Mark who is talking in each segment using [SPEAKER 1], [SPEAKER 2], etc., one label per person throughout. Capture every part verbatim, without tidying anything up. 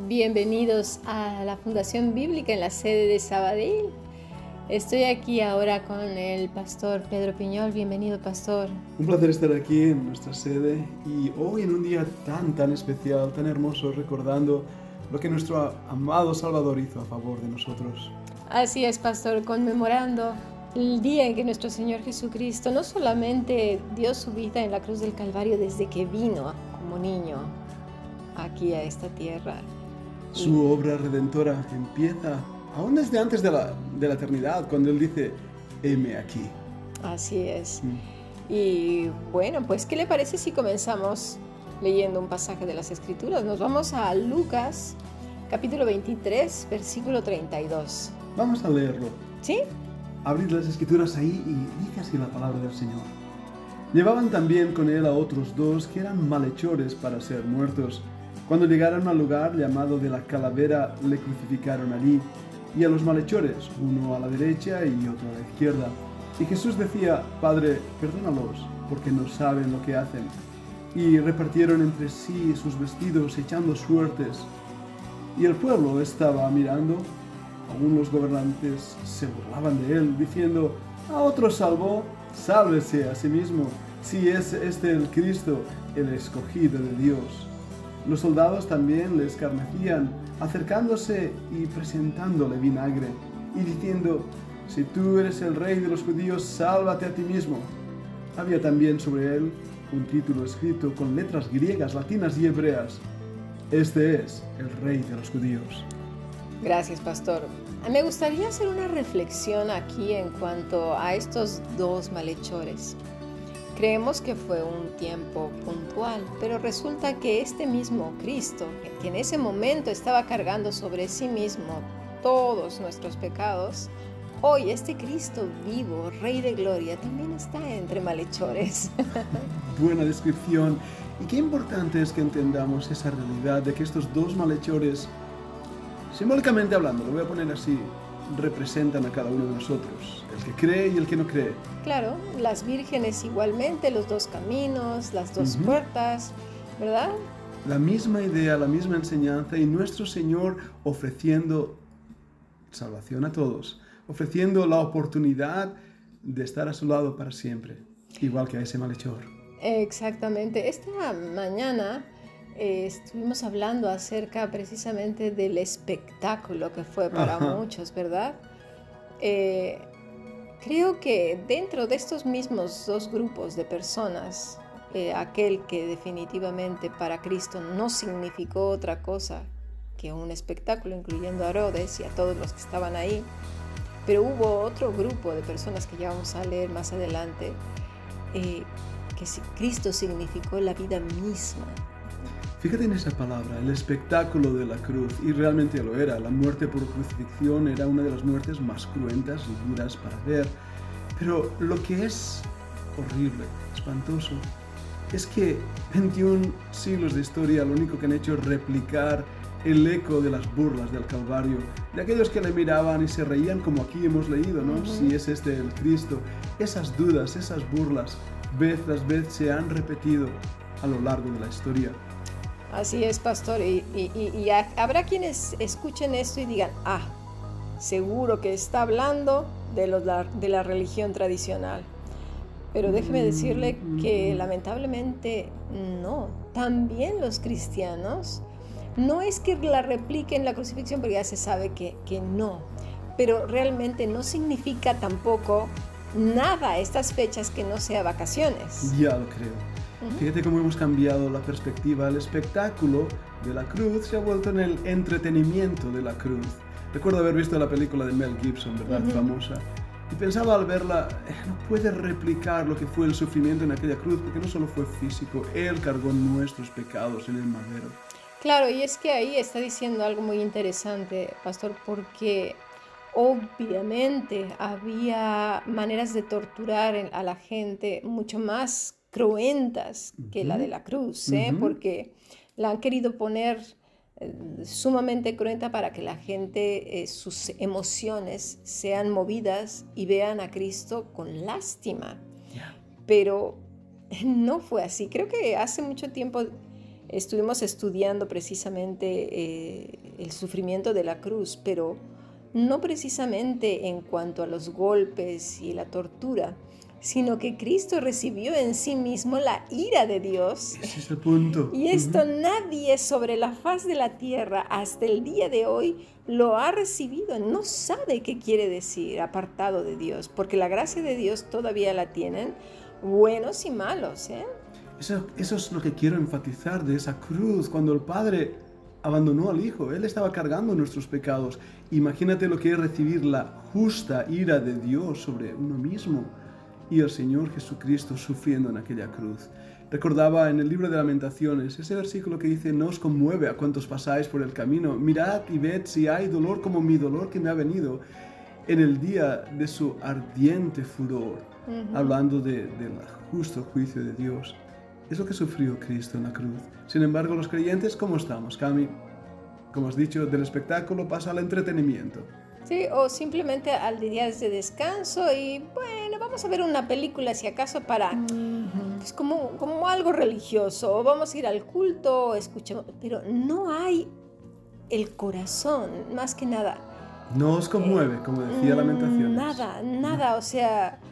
[SPEAKER 1] Bienvenidos a la Fundación Bíblica en la sede de Sabadell. Estoy aquí ahora con el pastor Pedro Piñol. Bienvenido, pastor.
[SPEAKER 2] Un placer estar aquí en nuestra sede y hoy en un día tan, tan especial, tan hermoso, recordando lo que nuestro amado Salvador hizo a favor de nosotros.
[SPEAKER 1] Así es, pastor, conmemorando el día en que nuestro Señor Jesucristo no solamente dio su vida en la cruz del Calvario desde que vino como niño aquí a esta tierra.
[SPEAKER 2] Su obra redentora empieza aún desde antes de la, de la eternidad, cuando Él dice, heme aquí.
[SPEAKER 1] Así es.
[SPEAKER 2] Mm.
[SPEAKER 1] Y bueno, pues, ¿qué le parece si comenzamos leyendo un pasaje de las Escrituras? Nos vamos a Lucas, capítulo veintitrés, versículo treinta y dos.
[SPEAKER 2] Vamos a leerlo.
[SPEAKER 1] ¿Sí?
[SPEAKER 2] Abrid las Escrituras ahí y dice así la palabra del Señor. Llevaban también con Él a otros dos que eran malhechores para ser muertos. Cuando llegaron al lugar llamado de la Calavera, le crucificaron allí, y a los malhechores, uno a la derecha y otro a la izquierda. Y Jesús decía, Padre, perdónalos, porque no saben lo que hacen. Y repartieron entre sí sus vestidos, echando suertes. Y el pueblo estaba mirando. Aún los gobernantes se burlaban de él, diciendo, a otro salvó, sálvese a sí mismo, si es este el Cristo, el escogido de Dios. Los soldados también le escarnecían, acercándose y presentándole vinagre, y diciendo, si tú eres el rey de los judíos, sálvate a ti mismo. Había también sobre él un título escrito con letras griegas, latinas y hebreas. Este es el rey de los judíos.
[SPEAKER 1] Gracias, pastor. Me gustaría hacer una reflexión aquí en cuanto a estos dos malhechores. Creemos que fue un tiempo puntual, pero resulta que este mismo Cristo, que en ese momento estaba cargando sobre sí mismo todos nuestros pecados, hoy este Cristo vivo, Rey de Gloria, también está entre malhechores.
[SPEAKER 2] Buena descripción. Y qué importante es que entendamos esa realidad de que estos dos malhechores, simbólicamente hablando, lo voy a poner así, representan a cada uno de nosotros, el que cree y el que no cree.
[SPEAKER 1] Claro, las vírgenes igualmente, los dos caminos, las dos
[SPEAKER 2] Uh-huh.
[SPEAKER 1] puertas, ¿verdad?
[SPEAKER 2] La misma idea, la misma enseñanza y nuestro Señor ofreciendo salvación a todos, ofreciendo la oportunidad de estar a su lado para siempre, igual que a ese malhechor.
[SPEAKER 1] Exactamente. Esta mañana eh, estuvimos hablando acerca precisamente del espectáculo que fue para
[SPEAKER 2] Ajá.
[SPEAKER 1] muchos, ¿verdad? Eh, creo que dentro de estos mismos dos grupos de personas, eh, aquel que definitivamente para Cristo no significó otra cosa que un espectáculo, incluyendo a Herodes y a todos los que estaban ahí, pero hubo otro grupo de personas que ya vamos a leer más adelante, eh, que Cristo significó la vida misma.
[SPEAKER 2] Fíjate en esa palabra, el espectáculo de la cruz, y realmente lo era. La muerte por crucifixión era una de las muertes más cruentas y duras para ver. Pero lo que es horrible, espantoso, es que veintiún siglos de historia lo único que han hecho es replicar el eco de las burlas del Calvario, de aquellos que le miraban y se reían como aquí hemos leído, ¿no? Uh-huh. Si es este el Cristo. Esas dudas, esas burlas, vez tras vez se han repetido a lo largo de la historia.
[SPEAKER 1] Así es, pastor, y, y, y, y habrá quienes escuchen esto y digan, ah, seguro que está hablando de, los, de la religión tradicional. Pero déjeme decirle que lamentablemente no, también los cristianos, no es que la repliquen la crucifixión, porque ya se sabe que, que no, pero realmente no significa tampoco nada estas fechas que no sea vacaciones.
[SPEAKER 2] Ya lo creo. Fíjate cómo hemos cambiado la perspectiva. El espectáculo de la cruz se ha vuelto en el entretenimiento de la cruz. Recuerdo haber visto la película de Mel Gibson, ¿verdad? Uh-huh. Famosa. Y pensaba al verla, eh, no puede replicar lo que fue el sufrimiento en aquella cruz, porque no solo fue físico, Él cargó nuestros pecados en el madero.
[SPEAKER 1] Claro, y es que ahí está diciendo algo muy interesante, pastor, porque obviamente había maneras de torturar a la gente mucho más cruentas que uh-huh. la de la cruz, ¿eh? Uh-huh. Porque la han querido poner eh, sumamente cruenta para que la gente, eh, sus emociones sean movidas y vean a Cristo con lástima. Yeah. Pero no fue así. Creo que hace mucho tiempo estuvimos estudiando precisamente eh, el sufrimiento de la cruz, pero no precisamente en cuanto a los golpes y la tortura, sino que Cristo recibió en sí mismo la ira de Dios.
[SPEAKER 2] Ese es el punto.
[SPEAKER 1] Y esto
[SPEAKER 2] Uh-huh.
[SPEAKER 1] nadie sobre la faz de la tierra hasta el día de hoy lo ha recibido. No sabe qué quiere decir apartado de Dios, porque la gracia de Dios todavía la tienen buenos y malos, ¿eh?
[SPEAKER 2] Eso, eso es lo que quiero enfatizar de esa cruz, cuando el Padre abandonó al Hijo. Él estaba cargando nuestros pecados. Imagínate lo que es recibir la justa ira de Dios sobre uno mismo. Y el Señor Jesucristo sufriendo en aquella cruz. Recordaba en el libro de Lamentaciones ese versículo que dice: no os conmueve a cuantos pasáis por el camino, mirad y ved si hay dolor como mi dolor que me ha venido en el día de su ardiente furor, uh-huh. hablando de, del justo juicio de Dios. Es lo que sufrió Cristo en la cruz. Sin embargo, los creyentes, ¿cómo estamos, Cami? Como has dicho, del espectáculo pasa al entretenimiento.
[SPEAKER 1] Sí, o simplemente al día de descanso y bueno, vamos a ver una película si acaso para, uh-huh. pues como, como algo religioso, o vamos a ir al culto, o escuchamos, pero no hay el corazón, más que nada.
[SPEAKER 2] No os conmueve, eh, como decía Lamentaciones.
[SPEAKER 1] Nada, nada, o sea,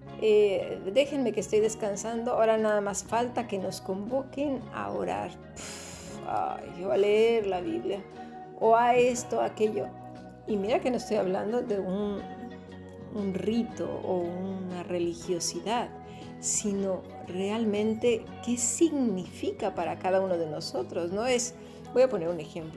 [SPEAKER 1] eh, déjenme que estoy descansando, ahora nada más falta que nos convoquen a orar, Pff, ay, o a leer la Biblia, o a esto, a aquello. Y mira que no estoy hablando de un, un rito o una religiosidad, sino realmente qué significa para cada uno de nosotros, ¿no? Es, voy a poner un ejemplo,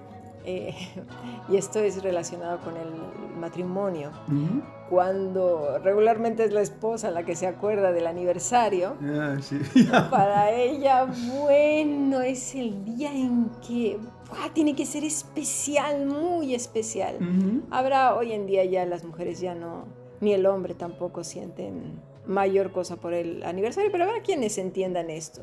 [SPEAKER 1] eh, y esto es relacionado con el matrimonio. Uh-huh. Cuando regularmente es la esposa la que se acuerda del aniversario,
[SPEAKER 2] yeah, sí.
[SPEAKER 1] para ella, bueno, es el día en que ¡buah! Tiene que ser especial, muy especial. Uh-huh. Habrá hoy en día ya las mujeres ya no, ni el hombre tampoco sienten mayor cosa por el aniversario, pero habrá quienes entiendan esto.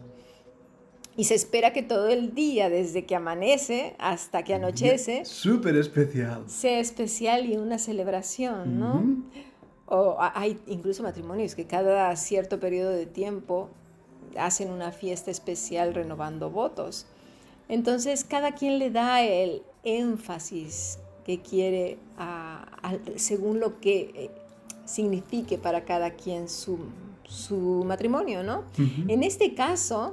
[SPEAKER 1] Y se espera que todo el día, desde que amanece hasta que anochece,
[SPEAKER 2] súper especial,
[SPEAKER 1] sea especial y una celebración, ¿no? Uh-huh. O hay incluso matrimonios que cada cierto periodo de tiempo hacen una fiesta especial renovando votos. Entonces, cada quien le da el énfasis que quiere a, a, según lo que eh, signifique para cada quien su, su matrimonio, ¿no? Uh-huh. En este caso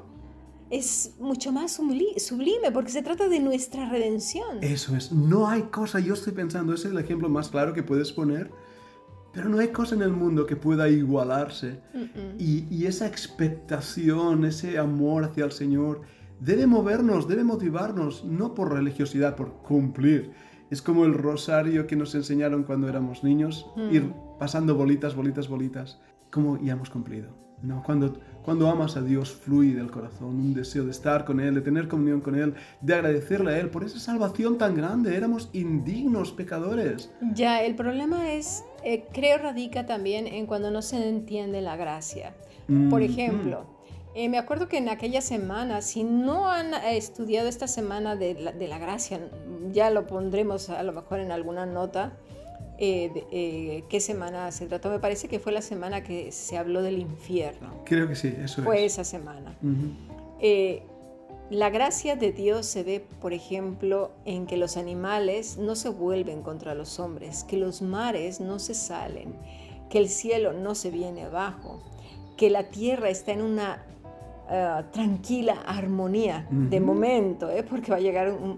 [SPEAKER 1] es mucho más sublime porque se trata de nuestra redención.
[SPEAKER 2] Eso es, no hay cosa, yo estoy pensando, ese es el ejemplo más claro que puedes poner, pero no hay cosa en el mundo que pueda igualarse. Uh-uh. y, y esa expectación, ese amor hacia el Señor debe movernos, debe motivarnos, no por religiosidad, por cumplir. Es como el rosario que nos enseñaron cuando éramos niños, uh-huh. ir pasando bolitas, bolitas, bolitas, como ya hemos cumplido. No, cuando, cuando amas a Dios fluye del corazón un deseo de estar con Él, de tener comunión con Él, de agradecerle a Él por esa salvación tan grande. Éramos indignos pecadores.
[SPEAKER 1] Ya, el problema es, eh, creo radica también en cuando no se entiende la gracia. Mm, por ejemplo, mm. eh, me acuerdo que en aquella semana, si no han eh, estudiado esta semana de la, de la gracia, ya lo pondremos a lo mejor en alguna nota. Eh, de, eh, ¿Qué semana se trató? Me parece que fue la semana que se habló del infierno.
[SPEAKER 2] Creo que sí, eso
[SPEAKER 1] fue
[SPEAKER 2] es.
[SPEAKER 1] esa semana.
[SPEAKER 2] Uh-huh.
[SPEAKER 1] Eh, la gracia de Dios se ve, por ejemplo, en que los animales no se vuelven contra los hombres, que los mares no se salen, que el cielo no se viene abajo, que la tierra está en una uh, tranquila armonía uh-huh. de momento, ¿eh? Porque va a llegar un,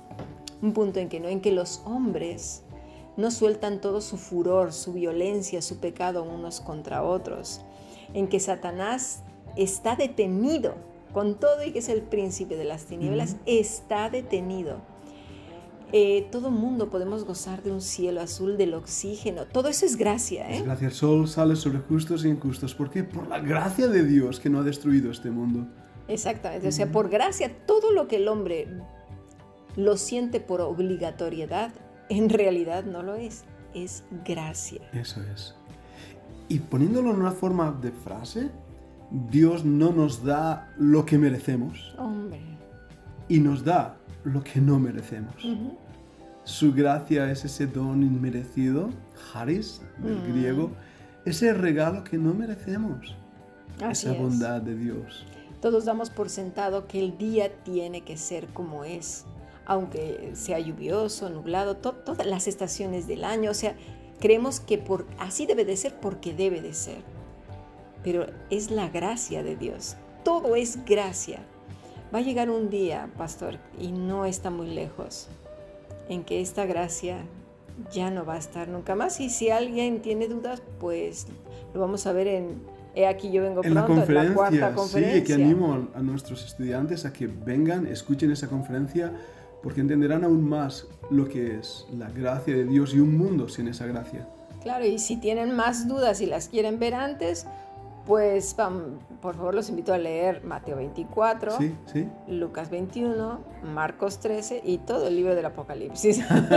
[SPEAKER 1] un punto en que no, en que los hombres no sueltan todo su furor, su violencia, su pecado unos contra otros, en que Satanás está detenido, con todo y que es el príncipe de las tinieblas, uh-huh. está detenido. Eh, todo mundo podemos gozar de un cielo azul, del oxígeno, todo eso es gracia, ¿eh?
[SPEAKER 2] Es gracia, el sol sale sobre justos e injustos. ¿Por qué? Por la gracia de Dios que no ha destruido este mundo.
[SPEAKER 1] Exactamente, uh-huh. o sea, por gracia, todo lo que el hombre lo siente por obligatoriedad, en realidad no lo es, es gracia.
[SPEAKER 2] Eso es. Y poniéndolo en una forma de frase, Dios no nos da lo que merecemos.
[SPEAKER 1] Hombre.
[SPEAKER 2] Y nos da lo que no merecemos. Uh-huh. Su gracia es ese don inmerecido, charis, del uh-huh. griego, ese regalo que no merecemos.
[SPEAKER 1] Así
[SPEAKER 2] esa
[SPEAKER 1] es.
[SPEAKER 2] bondad de Dios.
[SPEAKER 1] Todos damos por sentado que el día tiene que ser como es, aunque sea lluvioso, nublado, to- todas las estaciones del año. O sea, creemos que por, así debe de ser porque debe de ser. Pero es la gracia de Dios. Todo es gracia. Va a llegar un día, pastor, y no está muy lejos, en que esta gracia ya no va a estar nunca más. Y si alguien tiene dudas, pues lo vamos a ver en He aquí yo vengo
[SPEAKER 2] En la
[SPEAKER 1] pronto, en
[SPEAKER 2] conferencia,
[SPEAKER 1] la cuarta conferencia.
[SPEAKER 2] sí, que animo a nuestros estudiantes a que vengan, escuchen esa conferencia, porque entenderán aún más lo que es la gracia de Dios y un mundo sin esa gracia.
[SPEAKER 1] Claro, y si tienen más dudas y las quieren ver antes, pues vam- por favor los invito a leer Mateo veinticuatro,
[SPEAKER 2] Sí, sí.
[SPEAKER 1] Lucas veintiuno, Marcos trece y todo el libro del Apocalipsis.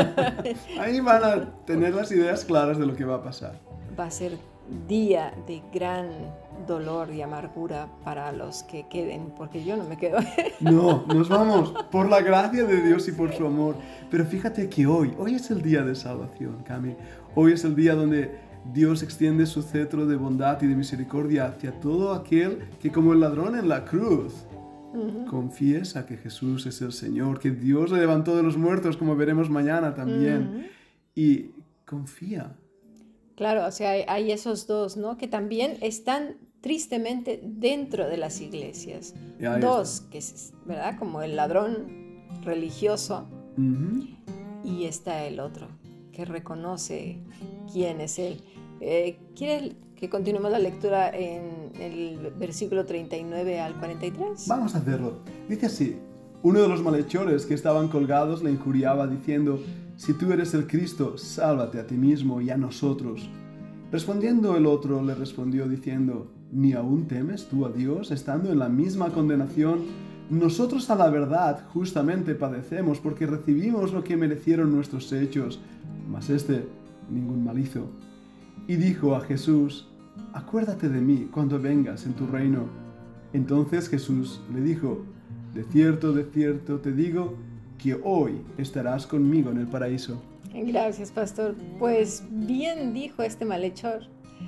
[SPEAKER 2] Ahí van a tener las ideas claras de lo que va a pasar.
[SPEAKER 1] Va a ser día de gran dolor y amargura para los que queden, porque yo no me quedo.
[SPEAKER 2] No, nos vamos por la gracia de Dios y por su amor. Pero fíjate que hoy, hoy es el día de salvación, Cami. Hoy es el día donde Dios extiende su cetro de bondad y de misericordia hacia todo aquel que, como el ladrón en la cruz, uh-huh, confiesa que Jesús es el Señor, que Dios le levantó de los muertos, como veremos mañana también, uh-huh, y confía.
[SPEAKER 1] Claro, o sea, hay, hay esos dos, ¿no? Que también están tristemente dentro de las iglesias. Dos, está, que es, ¿verdad? Como el ladrón religioso, uh-huh, y está el otro, que reconoce quién es él. Eh, ¿Quiere que continuemos la lectura en el versículo treinta y nueve al cuarenta y tres?
[SPEAKER 2] Vamos a hacerlo. Dice así: uno de los malhechores que estaban colgados le injuriaba diciendo: si tú eres el Cristo, sálvate a ti mismo y a nosotros. Respondiendo el otro le respondió diciendo: ¿ni aún temes tú a Dios, estando en la misma condenación? Nosotros a la verdad justamente padecemos, porque recibimos lo que merecieron nuestros hechos, mas este ningún mal hizo. Y dijo a Jesús: acuérdate de mí cuando vengas en tu reino. Entonces Jesús le dijo: de cierto, de cierto te digo, que hoy estarás conmigo en el paraíso.
[SPEAKER 1] Gracias, pastor. Pues bien dijo este malhechor.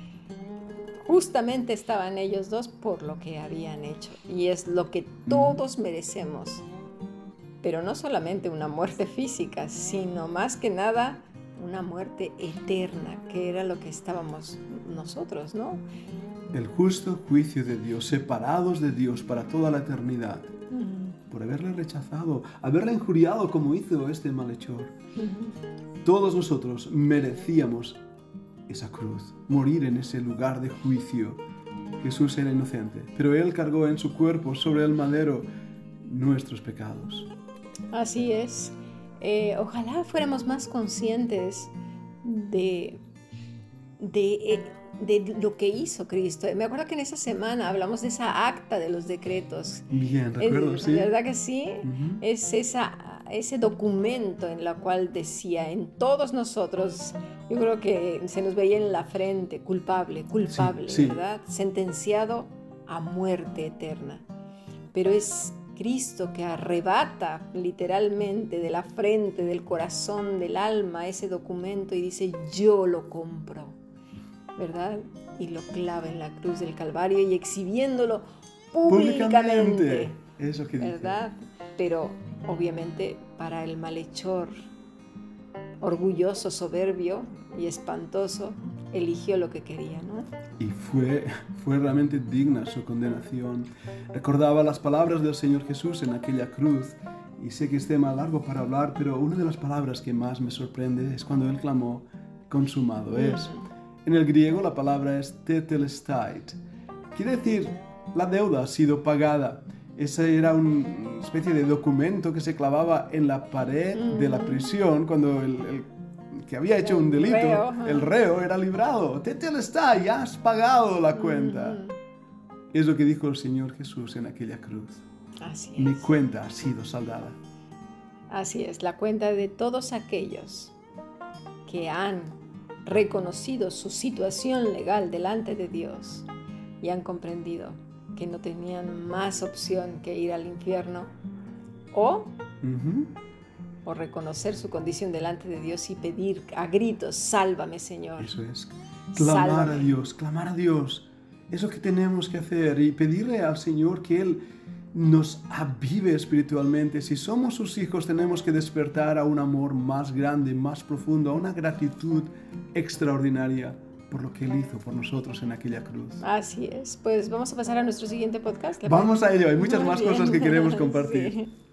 [SPEAKER 1] Justamente estaban ellos dos por lo que habían hecho. Y es lo que todos merecemos. Pero no solamente una muerte física, sino más que nada una muerte eterna, que era lo que estábamos nosotros, ¿no?
[SPEAKER 2] El justo juicio de Dios, separados de Dios para toda la eternidad. Uh-huh. Por haberle rechazado, haberle injuriado como hizo este malhechor. Uh-huh. Todos nosotros merecíamos esa cruz, morir en ese lugar de juicio. Jesús era inocente, pero Él cargó en su cuerpo sobre el madero nuestros pecados.
[SPEAKER 1] Así es. Eh, ojalá fuéramos más conscientes de, de, de lo que hizo Cristo. Me acuerdo que en esa semana hablamos de esa acta de los decretos.
[SPEAKER 2] Bien, recuerdo,
[SPEAKER 1] es,
[SPEAKER 2] sí.
[SPEAKER 1] ¿Verdad que sí?
[SPEAKER 2] Uh-huh.
[SPEAKER 1] Es esa, ese documento en el cual decía, en todos nosotros, yo creo que se nos veía en la frente, culpable, culpable,
[SPEAKER 2] sí, sí.
[SPEAKER 1] ¿verdad? Sentenciado a muerte eterna. Pero es Cristo que arrebata literalmente de la frente, del corazón, del alma ese documento y dice: yo lo compro, ¿verdad? Y lo clava en la cruz del Calvario y exhibiéndolo públicamente, públicamente.
[SPEAKER 2] Eso que dice.
[SPEAKER 1] ¿Verdad? Pero obviamente para el malhechor orgulloso, soberbio y espantoso, eligió lo que quería, ¿no?
[SPEAKER 2] Y fue, fue realmente digna su condenación. Recordaba las palabras del Señor Jesús en aquella cruz, y sé que es tema largo para hablar, pero una de las palabras que más me sorprende es cuando Él clamó: consumado es. En el griego la palabra es tetelestai. Quiere decir, la deuda ha sido pagada. Ese era una especie de documento que se clavaba en la pared mm. de la prisión cuando el, el que había hecho el un delito,
[SPEAKER 1] reo,
[SPEAKER 2] el reo, era librado. Tetelestai, ya has pagado la cuenta. Mm. Es lo que dijo el Señor Jesús en aquella cruz.
[SPEAKER 1] Así es.
[SPEAKER 2] Mi cuenta ha sido saldada.
[SPEAKER 1] Así es, la cuenta de todos aquellos que han reconocido su situación legal delante de Dios y han comprendido que no tenían más opción que ir al infierno o, uh-huh. o reconocer su condición delante de Dios y pedir a gritos: sálvame, Señor.
[SPEAKER 2] Eso es, clamar
[SPEAKER 1] sálvame.
[SPEAKER 2] a Dios, clamar a Dios. Es lo que tenemos que hacer y pedirle al Señor que Él nos avive espiritualmente. Si somos sus hijos, tenemos que despertar a un amor más grande, más profundo, a una gratitud extraordinaria por lo que Él hizo por nosotros en aquella cruz.
[SPEAKER 1] Así es. Pues vamos a pasar a nuestro siguiente podcast.
[SPEAKER 2] Vamos a ello, hay muchas
[SPEAKER 1] Muy
[SPEAKER 2] más
[SPEAKER 1] bien.
[SPEAKER 2] cosas que queremos compartir.
[SPEAKER 1] Sí.